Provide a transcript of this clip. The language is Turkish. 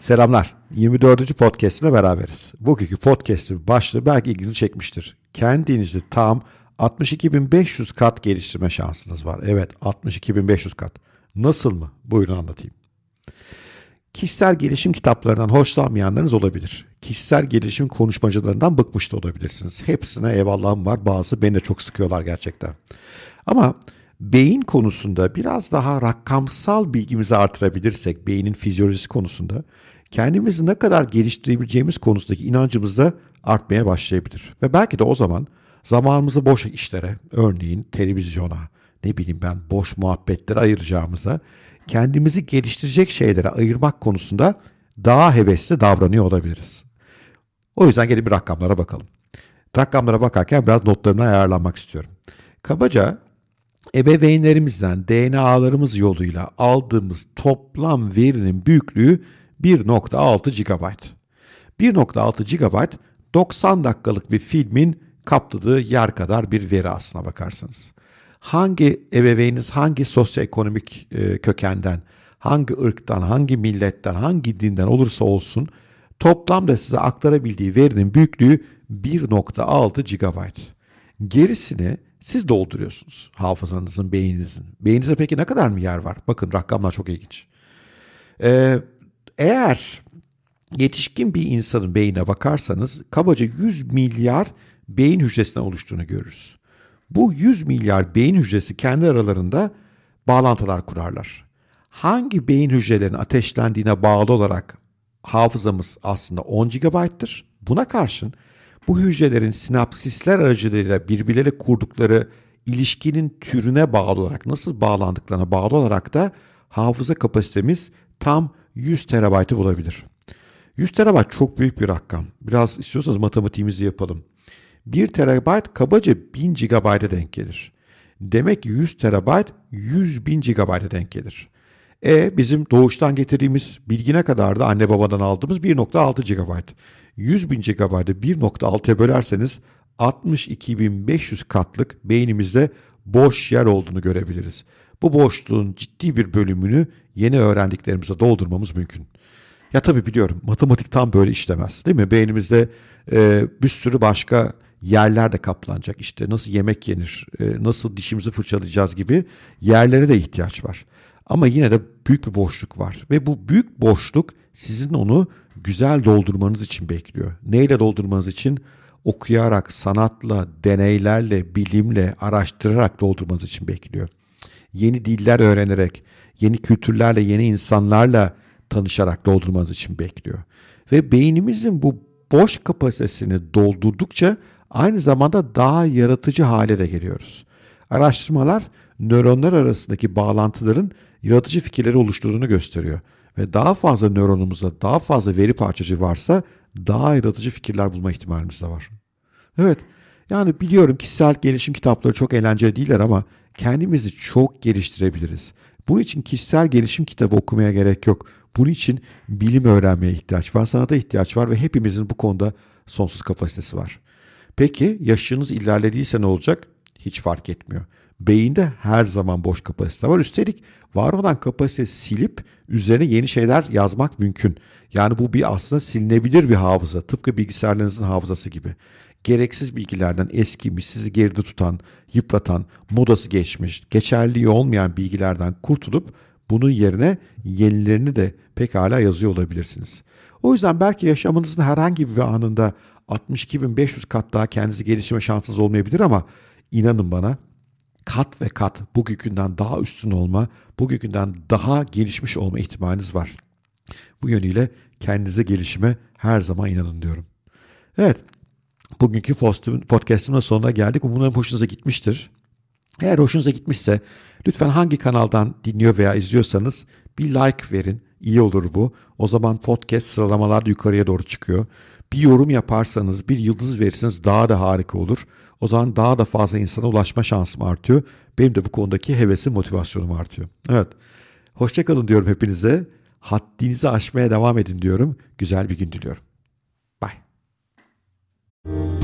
Selamlar. 24. podcast'ine beraberiz. Bugünkü podcast'in başlığı belki ilginizi çekmiştir. Kendinizi tam 62.500 kat geliştirme şansınız var. Evet, 62.500 kat. Nasıl mı? Buyurun anlatayım. Kişisel gelişim kitaplarından hoşlanmayanlarınız olabilir. Kişisel gelişim konuşmacılarından bıkmış da olabilirsiniz. Hepsine eyvallahım var. Bazı beni de çok sıkıyorlar gerçekten. Ama beyin konusunda biraz daha rakamsal bilgimizi artırabilirsek, beynin fizyolojisi konusunda kendimizi ne kadar geliştirebileceğimiz konusundaki inancımız da artmaya başlayabilir. Ve belki de o zaman zamanımızı boş işlere, örneğin televizyona, boş muhabbetlere ayıracağımıza, kendimizi geliştirecek şeylere ayırmak konusunda daha hevesli davranıyor olabiliriz. O yüzden gelin bir rakamlara bakalım. Rakamlara bakarken biraz notlarına ayarlanmak istiyorum. Kabaca ebeveynlerimizden DNA'larımız yoluyla aldığımız toplam verinin büyüklüğü 1.6 GB. 1.6 GB 90 dakikalık bir filmin kapladığı yer kadar bir veri aslına bakarsanız. Hangi ebeveyniniz hangi sosyoekonomik kökenden, hangi ırktan, hangi milletten, hangi dinden olursa olsun toplamda size aktarabildiği verinin büyüklüğü 1.6 GB. Gerisini siz dolduruyorsunuz hafızanızın, beyninizin. Beyninizde peki ne kadar mı yer var? Bakın rakamlar çok ilginç. Eğer yetişkin bir insanın beynine bakarsanız kabaca 100 milyar beyin hücresinden oluştuğunu görürüz. Bu 100 milyar beyin hücresi kendi aralarında bağlantılar kurarlar. Hangi beyin hücrelerinin ateşlendiğine bağlı olarak hafızamız aslında 10 GB'tır. Buna karşın bu hücrelerin sinapsisler aracılığıyla birbirleriyle kurdukları ilişkinin türüne bağlı olarak, nasıl bağlandıklarına bağlı olarak da hafıza kapasitemiz tam 100 terabaytı bulabilir. 100 terabayt çok büyük bir rakam. Biraz istiyorsanız matematiğimizi yapalım. 1 terabayt kabaca 1000 GB'a denk gelir. Demek ki 100 terabayt 100.000 GB'a denk gelir. Bizim doğuştan getirdiğimiz bilgi ne kadardı? Anne babadan aldığımız 1.6 GB. 100.000 GB'ı 1.6'ya bölerseniz 62.500 katlık beynimizde boş yer olduğunu görebiliriz. Bu boşluğun ciddi bir bölümünü yeni öğrendiklerimize doldurmamız mümkün. Ya tabii biliyorum, matematik tam böyle işlemez, değil mi? Beynimizde bir sürü başka yerler de kaplanacak. İşte nasıl yemek yenir, nasıl dişimizi fırçalayacağız gibi yerlere de ihtiyaç var. Ama yine de büyük bir boşluk var ve bu büyük boşluk sizin onu güzel doldurmanız için bekliyor. Neyle doldurmanız için? Okuyarak, sanatla, deneylerle, bilimle, araştırarak doldurmanız için bekliyor. Yeni diller öğrenerek, yeni kültürlerle, yeni insanlarla tanışarak doldurmanız için bekliyor. Ve beynimizin bu boş kapasitesini doldurdukça aynı zamanda daha yaratıcı hale de geliyoruz. Araştırmalar nöronlar arasındaki bağlantıların yaratıcı fikirleri oluşturduğunu gösteriyor. Ve daha fazla nöronumuzda daha fazla veri parçacığı varsa daha yaratıcı fikirler bulma ihtimalimiz de var. Evet, yani biliyorum kişisel gelişim kitapları çok eğlenceli değiller ama kendimizi çok geliştirebiliriz. Bunun için kişisel gelişim kitabı okumaya gerek yok. Bunun için bilim öğrenmeye ihtiyaç var, sanata ihtiyaç var ve hepimizin bu konuda sonsuz kapasitesi var. Peki yaşınız ilerlediyse ne olacak? Hiç fark etmiyor. Beyinde her zaman boş kapasite var. Üstelik var olan kapasiteyi silip üzerine yeni şeyler yazmak mümkün. Yani bu bir aslında silinebilir bir hafıza. Tıpkı bilgisayarlarınızın hafızası gibi. Gereksiz bilgilerden eskimiş, sizi geride tutan, yıpratan, modası geçmiş, geçerliği olmayan bilgilerden kurtulup bunun yerine yenilerini de pekala yazıyor olabilirsiniz. O yüzden belki yaşamınızın herhangi bir anında 62.500 kat daha kendinizi geliştirme şansınız olmayabilir ama inanın bana kat ve kat bugünkünden daha üstün olma, bugünkünden daha gelişmiş olma ihtimaliniz var. Bu yönüyle kendinize gelişime her zaman inanın diyorum. Evet, bugünkü podcastımın sonuna geldik. Umarım hoşunuza gitmiştir. Eğer hoşunuza gitmişse lütfen hangi kanaldan dinliyor veya izliyorsanız bir like verin. İyi olur bu. O zaman podcast sıralamalarda yukarıya doğru çıkıyor. Bir yorum yaparsanız, bir yıldız verirseniz daha da harika olur. O zaman daha da fazla insana ulaşma şansım artıyor. Benim de bu konudaki hevesim, motivasyonum artıyor. Evet. Hoşça kalın diyorum hepinize. Haddinizi aşmaya devam edin diyorum. Güzel bir gün diliyorum. Bye.